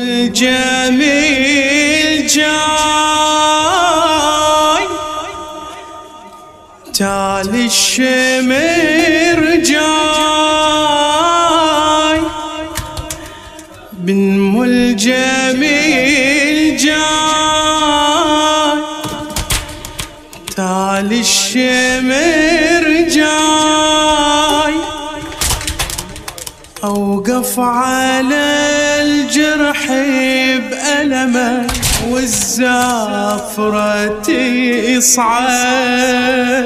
الجميل جاي تالي الشمر جاي بنمو الجميل جاي تالي الشمر جاي أوقف على الجرح بألمك والزافرة تصعد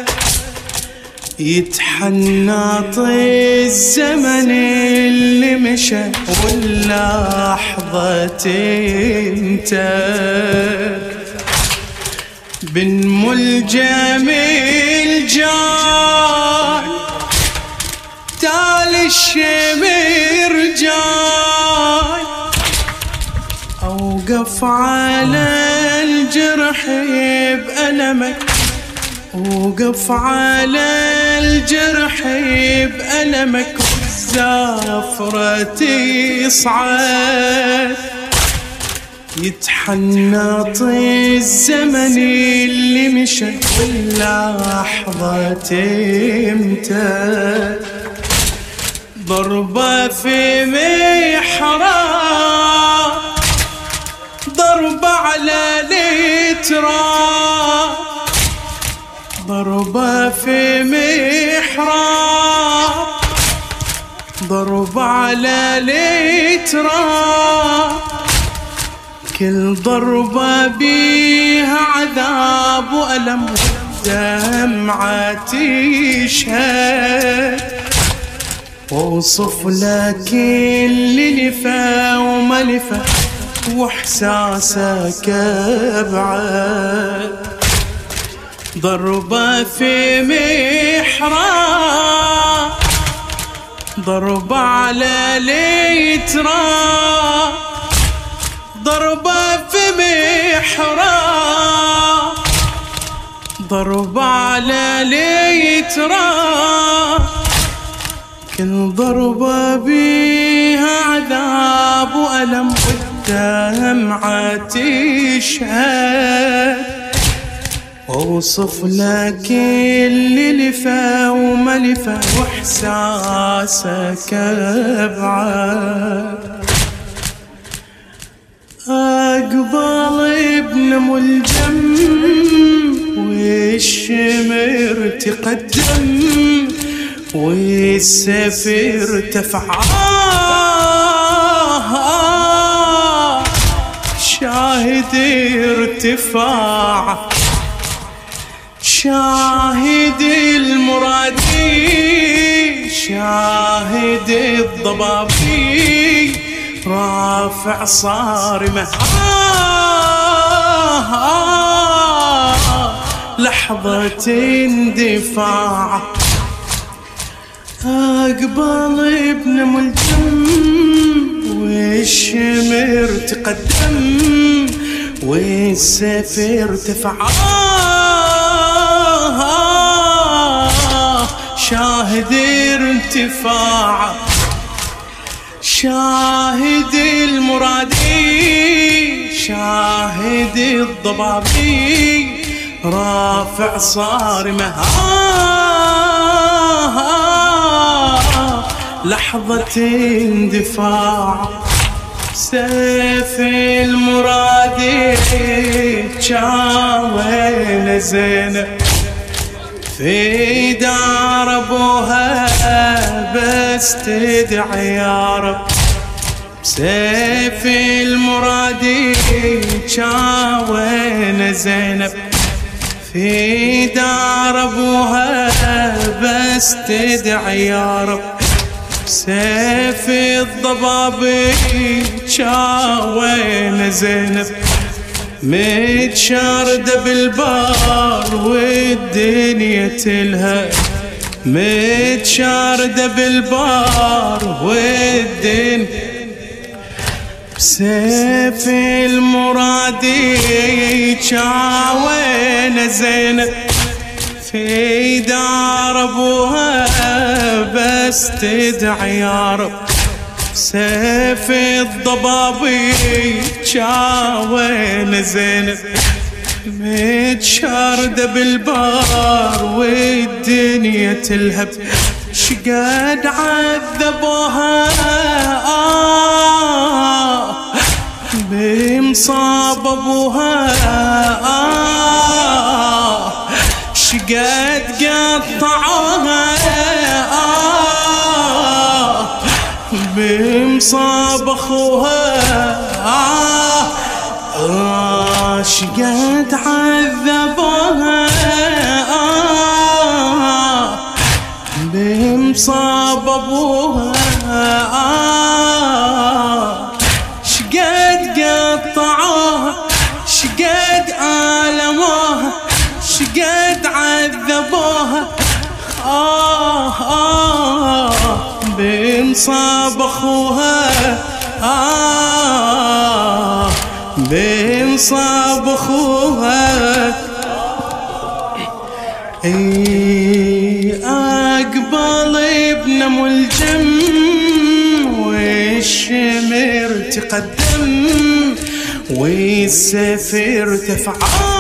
يتحنط الزمن اللي مشى واللحظة تنتهي بنمو الجميل جاي تالي الشمر جاي أوقف على الجرح بألمك أوقف على الجرح بألمك والزافرة تصعد يتحنط الزمن اللي مشى واللحظة تمتد ضربة في محراب ضربة على التراب ضربة في محراب ضربة على التراب كل ضربة بيها عذاب وألم ودمعة تشهد ووصف لك اللي لفى وما لفى واحساسك ابعد ضربة في محراب ضربة على التراب ضربة في محراب ضربة على التراب كل ضربة بيها عذاب وألم والدمعة تشهد وأوصف لك اللي لفى وما لفى وإحساسك أبعد أقبل ابن ملجم والشمر تقدم والسفر تفعى شاهد ارتفاع شاهد المرادي شاهد الضبابي رافع صارمه لحظة اندفاع أقبل ابن ملجم والشمر تقدم والسفر تفعى شاهد ارتفاع شاهد المرادي شاهد الضبابي رافع صارمه لحظة اندفاع سيف المرادي شاوين زينب في دار ابوها بس تدعي يا رب سيف المرادي شاوين زينب في دار ابوها بس تدعي يا رب سيف الضبابي شاوين زينب متشاردة بالبار والدنيا تلهى متشاردة بالبار والدنيا بسيف المرادي شاوين زينب في دار ابوها بس تدعي يا رب سيف الضبابي جاوين زينب متشاردة بالبار والدنيا تلهب شقد عذبوها بمصاب ابوها شقد قطعوها بمصاب اخوها شقد عذبوها بمصاب ابوها شقد قطعوها شقد آلموها شقد عذبوها بمصاب اخوها بمصاب اخوها اقبل ابن ملجم والشمر تقدم والسفر تفعى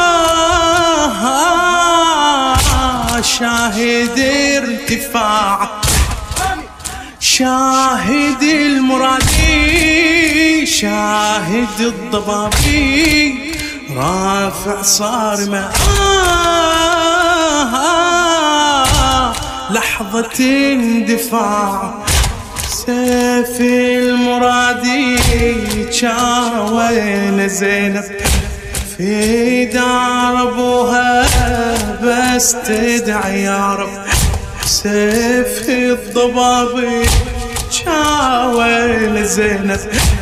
شاهد ارتفاع شاهد المرادي شاهد الضبابي رافع صارمة لحظة اندفاع سيف المرادي جاوين زينب في دار ابوها بس تدعي يا رب سيف الضبابي جاوين زينب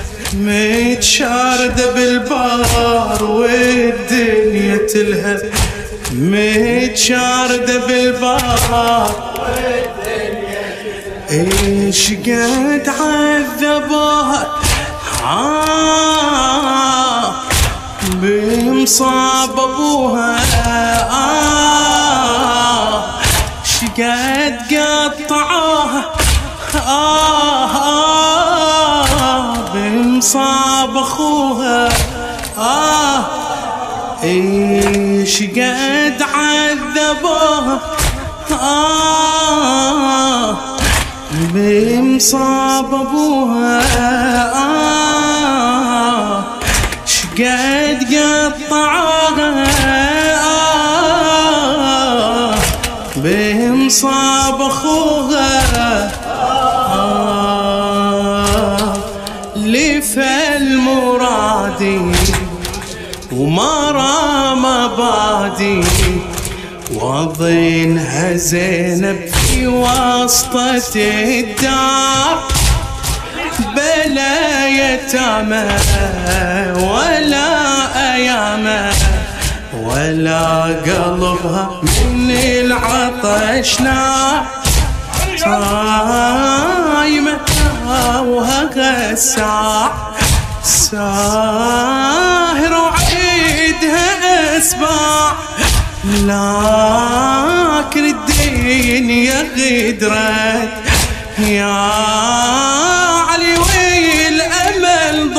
متشاردة بالبار والدنيا تلهب متشاردة بالبار والدنيا تلهب ايش قد عذبوها بمصاب ابوها شقد قطعوها بمصاب اخوها ايش قد عذبوها بمصاب ابوها شقد قطعوها بمصاب اخوها لف المرادي وما رام بادي وظنها زينب في وسطة الدار بلا يتامى ولا أيامى ولا قلبها من العطش نار صايمة وهالساعة ساهر وعيدها أسباع لكن الدنيا غدرت يا علي والأمل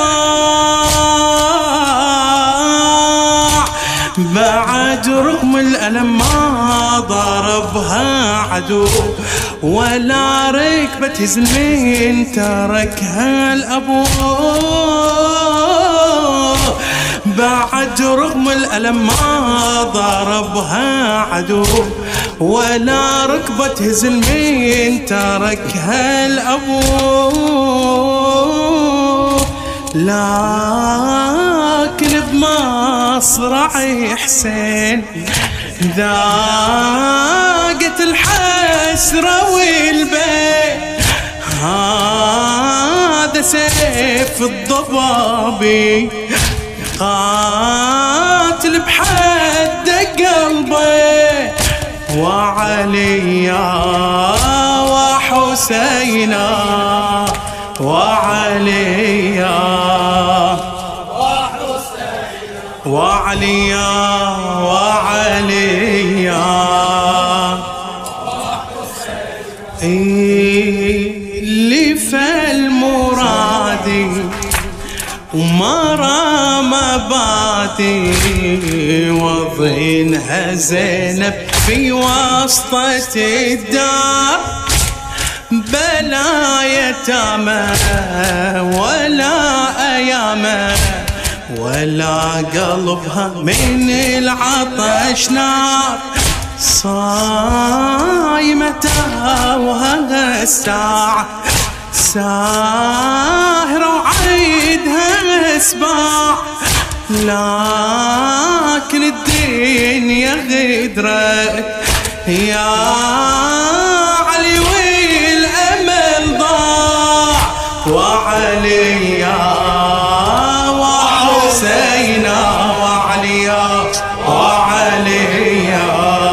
ضاع بعد رغم الألم ما ضربها عدو ولا ركبة زلمين تركها الأبو بعد رغم الألم ما ضربها عدو ولا ركبة زلمين تركها الأبو لكن بمصرع حسين ذاقت الحسرة والبيت هذا سيف الضبابي قاتل بحد قلبي وعليا وحسينا وعليا وعليا وعليا اللي في وما رام باتي وظنها زينب في وسطة الدار، بلا يتامى ولا أيامى ولا قلبها من العطش نار، صايمتها وها الساعة ساهرة وعيدها اسباع، لكن الدنيا غدرت يا علي والأمل ضاع، وعليا وحسينا وعليا وعليا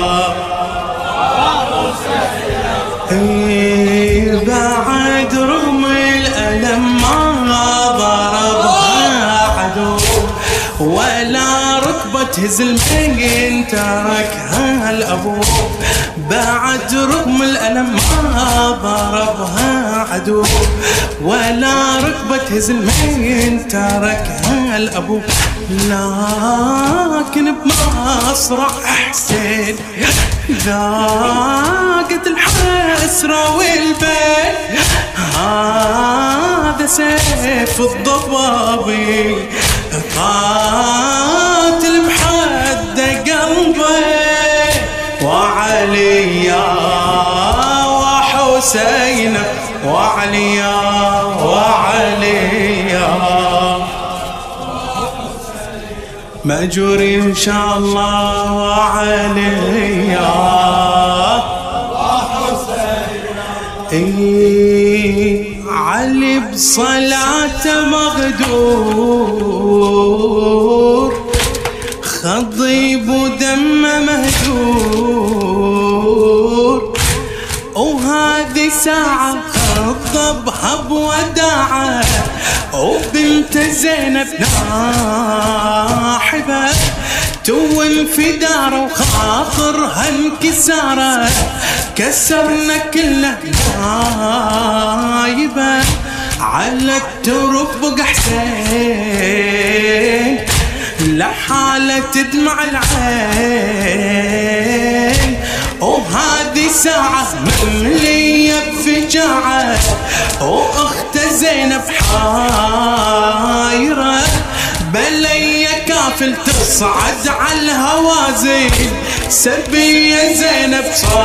بعد رغم الألم ما ضربها عدو ولا ركبة تهز المين تركها الأبو، بعد رغم الألم ما ضربها عدو ولا ركبة تهز المين تركها الأبو، لكن بمصرع حسين ذاقت الحسرة والبين، هذا سيف الضبابي قاتل بحد قلبي، وعليا وحسين وعليا وعليا مأجور إن شاء الله، وعليا علي بصلاته مغدور، خضيب ودمه مهجور، وهذه ساعة خضبها بوداعه، وبنت زينب ناحبة توم في داره وخاطرها انكساره، كسرنا كله نايبه على الترب بقى حسين، لحالة تدمع العين، وهذه ساعة مملية بفجاعة، واخت زينب حايرة بلي كافل تصعد على الهوازن، سبية زينب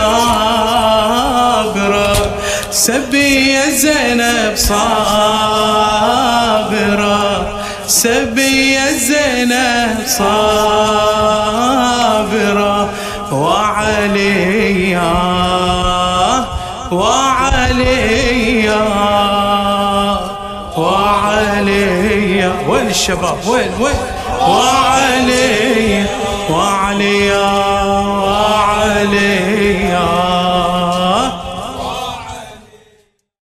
صابرة سبية زينب صابرة سبية زينب صابرة، وعليا وعليا وعليا وين الشباب وين وعليا وعليا